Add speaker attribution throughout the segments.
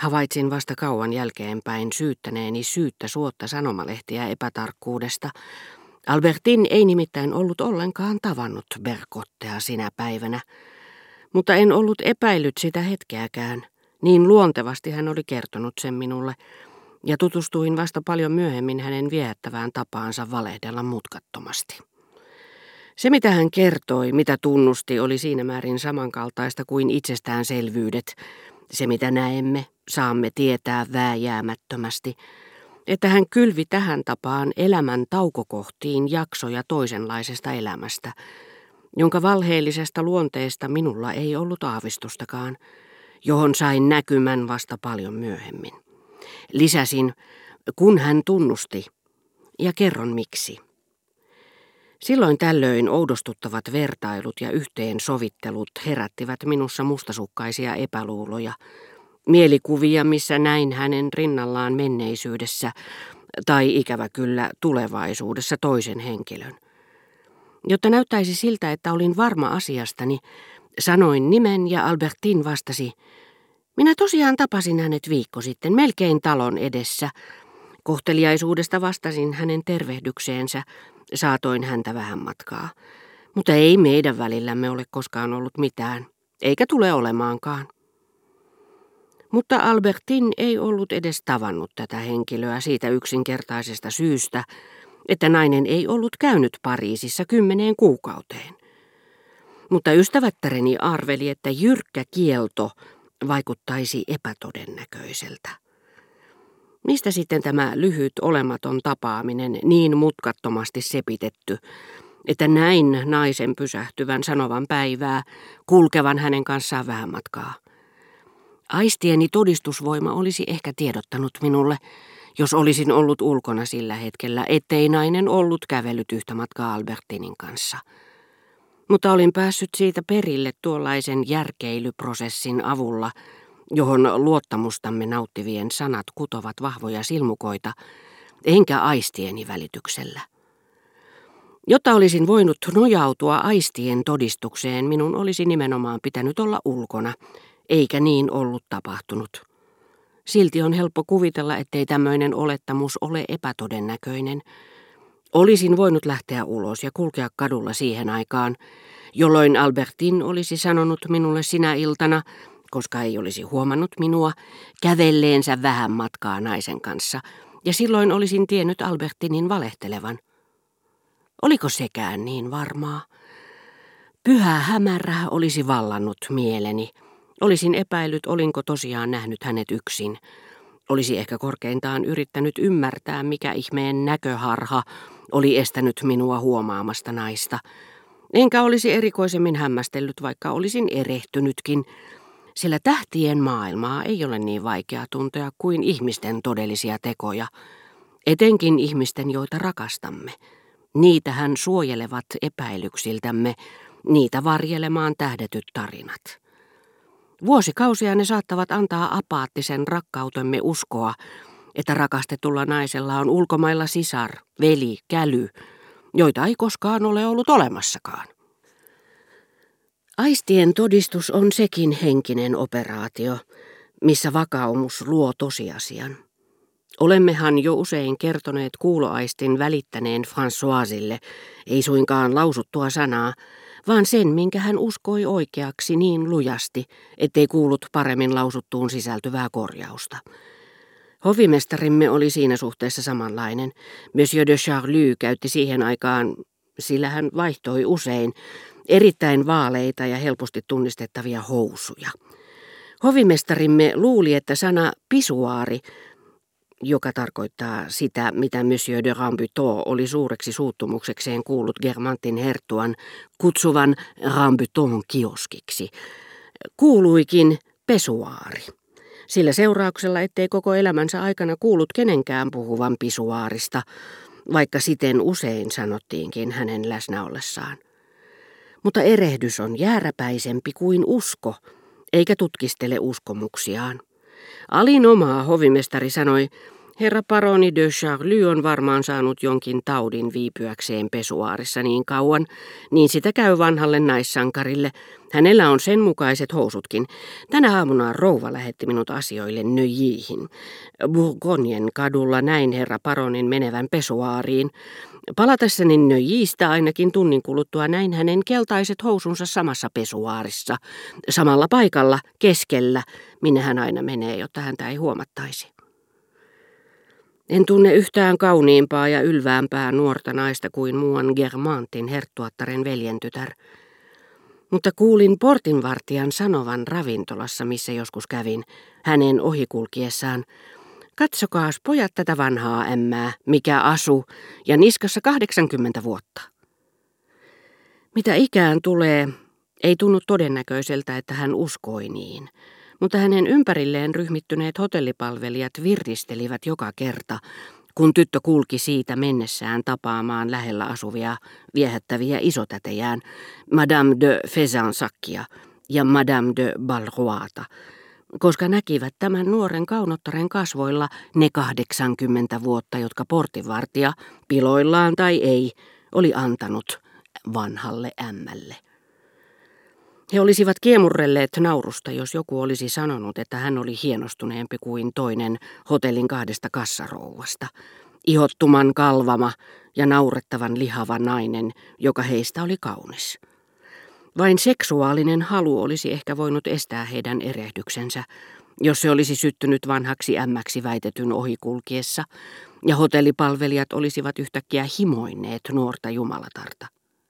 Speaker 1: Havaitsin vasta kauan jälkeenpäin syyttäneeni syyttä suotta sanomalehtiä epätarkkuudesta. Albertine ei nimittäin ollut ollenkaan tavannut Bergottea sinä päivänä, mutta en ollut epäillyt sitä hetkeäkään. Niin luontevasti hän oli kertonut sen minulle, ja tutustuin vasta paljon myöhemmin hänen viehättävään tapaansa valehdella mutkattomasti. Se, mitä hän kertoi, mitä tunnusti, oli siinä määrin samankaltaista kuin itsestäänselvyydet, se, mitä näemme, saamme tietää vääjäämättömästi, että hän kylvi tähän tapaan elämän taukokohtiin jaksoja toisenlaisesta elämästä, jonka valheellisesta luonteesta minulla ei ollut aavistustakaan, johon sain näkymän vasta paljon myöhemmin. Lisäsin, kun hän tunnusti, ja kerron miksi. Silloin tällöin oudostuttavat vertailut ja yhteensovittelut herättivät minussa mustasukkaisia epäluuloja, mielikuvia, missä näin hänen rinnallaan menneisyydessä tai ikävä kyllä tulevaisuudessa toisen henkilön. Jotta näyttäisi siltä, että olin varma asiastani, sanoin nimen ja Albertine vastasi, minä tosiaan tapasin hänet viikko sitten, melkein talon edessä. Kohteliaisuudesta vastasin hänen tervehdykseensä, saatoin häntä vähän matkaa. Mutta ei meidän välillämme ole koskaan ollut mitään, eikä tule olemaankaan. Mutta Albertine ei ollut edes tavannut tätä henkilöä siitä yksinkertaisesta syystä, että nainen ei ollut käynyt Pariisissa 10 kuukauteen. Mutta ystävättäreni arveli, että jyrkkä kielto vaikuttaisi epätodennäköiseltä. Mistä sitten tämä lyhyt olematon tapaaminen niin mutkattomasti sepitetty, että näin naisen pysähtyvän sanovan päivää, kulkevan hänen kanssaan vähän matkaa? Aistieni todistusvoima olisi ehkä tiedottanut minulle, jos olisin ollut ulkona sillä hetkellä, ettei nainen ollut kävellyt yhtä matkaa Albertinin kanssa. Mutta olin päässyt siitä perille tuollaisen järkeilyprosessin avulla, johon luottamustamme nauttivien sanat kutovat vahvoja silmukoita, enkä aistieni välityksellä. Jotta olisin voinut nojautua aistien todistukseen, minun olisi nimenomaan pitänyt olla ulkona, eikä niin ollut tapahtunut. Silti on helppo kuvitella, ettei tämmöinen olettamus ole epätodennäköinen. Olisin voinut lähteä ulos ja kulkea kadulla siihen aikaan, jolloin Albertine olisi sanonut minulle sinä iltana, koska ei olisi huomannut minua, kävelleensä vähän matkaa naisen kanssa, ja silloin olisin tiennyt Albertinin valehtelevan. Oliko sekään niin varmaa? Pyhä hämärä olisi vallannut mieleni. Olisin epäillyt, olinko tosiaan nähnyt hänet yksin. Olisi ehkä korkeintaan yrittänyt ymmärtää, mikä ihmeen näköharha oli estänyt minua huomaamasta naista. Enkä olisi erikoisemmin hämmästellyt, vaikka olisin erehtynytkin, sillä tähtien maailmaa ei ole niin vaikea tuntea kuin ihmisten todellisia tekoja, etenkin ihmisten, joita rakastamme. Niitähän suojelevat epäilyksiltämme, niitä varjelemaan tähdetyt tarinat. Vuosikausia ne saattavat antaa apaattisen rakkautemme uskoa, että rakastetulla naisella on ulkomailla sisar, veli, käly, joita ei koskaan ole ollut olemassakaan. Aistien todistus on sekin henkinen operaatio, missä vakaumus luo tosiasian. Olemmehan jo usein kertoneet kuuloaistin välittäneen Françoisille, ei suinkaan lausuttua sanaa, vaan sen, minkä hän uskoi oikeaksi niin lujasti, ettei kuullut paremmin lausuttuun sisältyvää korjausta. Hovimestarimme oli siinä suhteessa samanlainen. Monsieur de Charlie käytti siihen aikaan, sillä hän vaihtoi usein, erittäin vaaleita ja helposti tunnistettavia housuja. Hovimestarimme luuli, että sana pisuaari, joka tarkoittaa sitä, mitä Monsieur de Rambuteau oli suureksi suuttumuksekseen kuullut Guermantin herttuan kutsuvan Rambuton kioskiksi, kuuluikin pesuaari. Sillä seurauksella, ettei koko elämänsä aikana kuullut kenenkään puhuvan pisuaarista, vaikka siten usein sanottiinkin hänen läsnä ollessaan. Mutta erehdys on jääräpäisempi kuin usko, eikä tutkistele uskomuksiaan. Alinomaa hovimestari sanoi, Herra paroni de Charlie on varmaan saanut jonkin taudin viipyäkseen pesuaarissa niin kauan, niin sitä käy vanhalle naissankarille. Hänellä on sen mukaiset housutkin. Tänä aamuna rouva lähetti minut asioille Neuillyhin. Bourgognen kadulla näin herra paronin menevän pesuaariin. Palatessani Neuillystä ainakin tunnin kuluttua näin hänen keltaiset housunsa samassa pesuaarissa, samalla paikalla, keskellä, minne hän aina menee, jotta häntä ei huomattaisi. En tunne yhtään kauniimpaa ja ylväämpää nuorta naista kuin muuan Germantin herttuattaren veljentytär. Mutta kuulin portinvartijan sanovan ravintolassa, missä joskus kävin, hänen ohikulkiessaan: "Katsokaas pojat tätä vanhaa ämmää, mikä asu, ja niskassa 80 vuotta." Mitä ikään tulee, ei tunnu todennäköiseltä, että hän uskoi niin. Mutta hänen ympärilleen ryhmittyneet hotellipalvelijat virtistelivät joka kerta, kun tyttö kulki siitä mennessään tapaamaan lähellä asuvia viehättäviä isotätejään, Madame de Fezensacia ja Madame de Balroata, koska näkivät tämän nuoren kaunottaren kasvoilla ne 80 vuotta, jotka portinvartija, piloillaan tai ei, oli antanut vanhalle ämmälle. He olisivat kiemurrelleet naurusta, jos joku olisi sanonut, että hän oli hienostuneempi kuin toinen hotellin 2 kassarouvasta, ihottuman kalvama ja naurettavan lihava nainen, joka heistä oli kaunis. Vain seksuaalinen halu olisi ehkä voinut estää heidän erehdyksensä, jos se olisi syttynyt vanhaksi ämmäksi väitetyn ohikulkiessa, ja hotellipalvelijat olisivat yhtäkkiä himoinneet nuorta jumalatarta.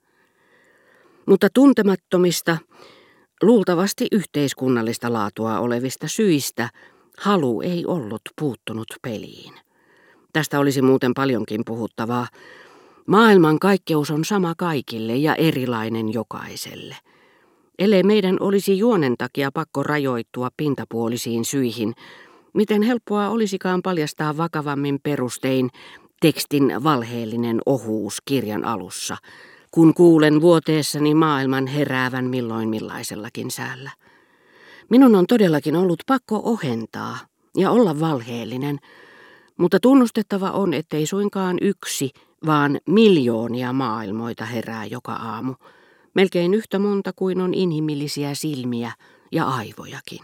Speaker 1: Mutta tuntemattomista, luultavasti yhteiskunnallista laatua olevista syistä halu ei ollut puuttunut peliin. Tästä olisi muuten paljonkin puhuttavaa. Maailman kaikkeus on sama kaikille ja erilainen jokaiselle. Ellei meidän olisi juonen takia pakko rajoittua pintapuolisiin syihin, miten helppoa olisikaan paljastaa vakavammin perustein tekstin valheellinen ohuus kirjan alussa, kun kuulen vuoteessani maailman heräävän milloin millaisellakin säällä. Minun on todellakin ollut pakko ohentaa ja olla valheellinen, mutta tunnustettava on, ettei suinkaan yksi, vaan miljoonia maailmoita herää joka aamu, melkein yhtä monta kuin on inhimillisiä silmiä ja aivojakin.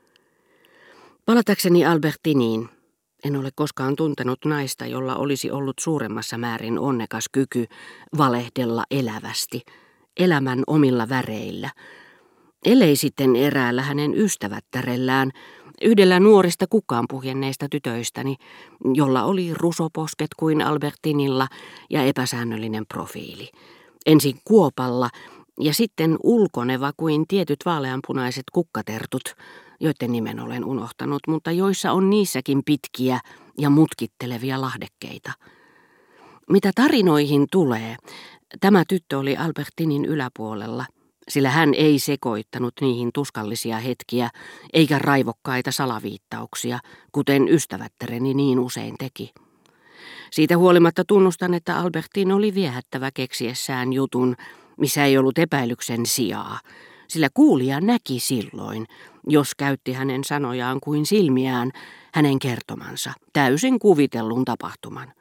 Speaker 1: Palatakseni Albertiniin, en ole koskaan tuntenut naista, jolla olisi ollut suuremmassa määrin onnekas kyky valehdella elävästi, elämän omilla väreillä, ellei sitten eräällä hänen ystävättärellään, yhdellä nuorista kukaan puhjenneista tytöistäni, jolla oli rusoposket kuin Albertinilla ja epäsäännöllinen profiili. Ensin kuopalla ja sitten ulkoneva kuin tietyt vaaleanpunaiset kukkatertut, joiden nimen olen unohtanut, mutta joissa on niissäkin pitkiä ja mutkittelevia lahdekkeita. Mitä tarinoihin tulee, tämä tyttö oli Albertinin yläpuolella, sillä hän ei sekoittanut niihin tuskallisia hetkiä eikä raivokkaita salaviittauksia, kuten ystävättäreni niin usein teki. Siitä huolimatta tunnustan, että Albertin oli viehättävä keksiessään jutun, missä ei ollut epäilyksen sijaa, sillä kuulija näki silloin, jos käytti hänen sanojaan kuin silmiään, hänen kertomansa, täysin kuvitellun tapahtuman.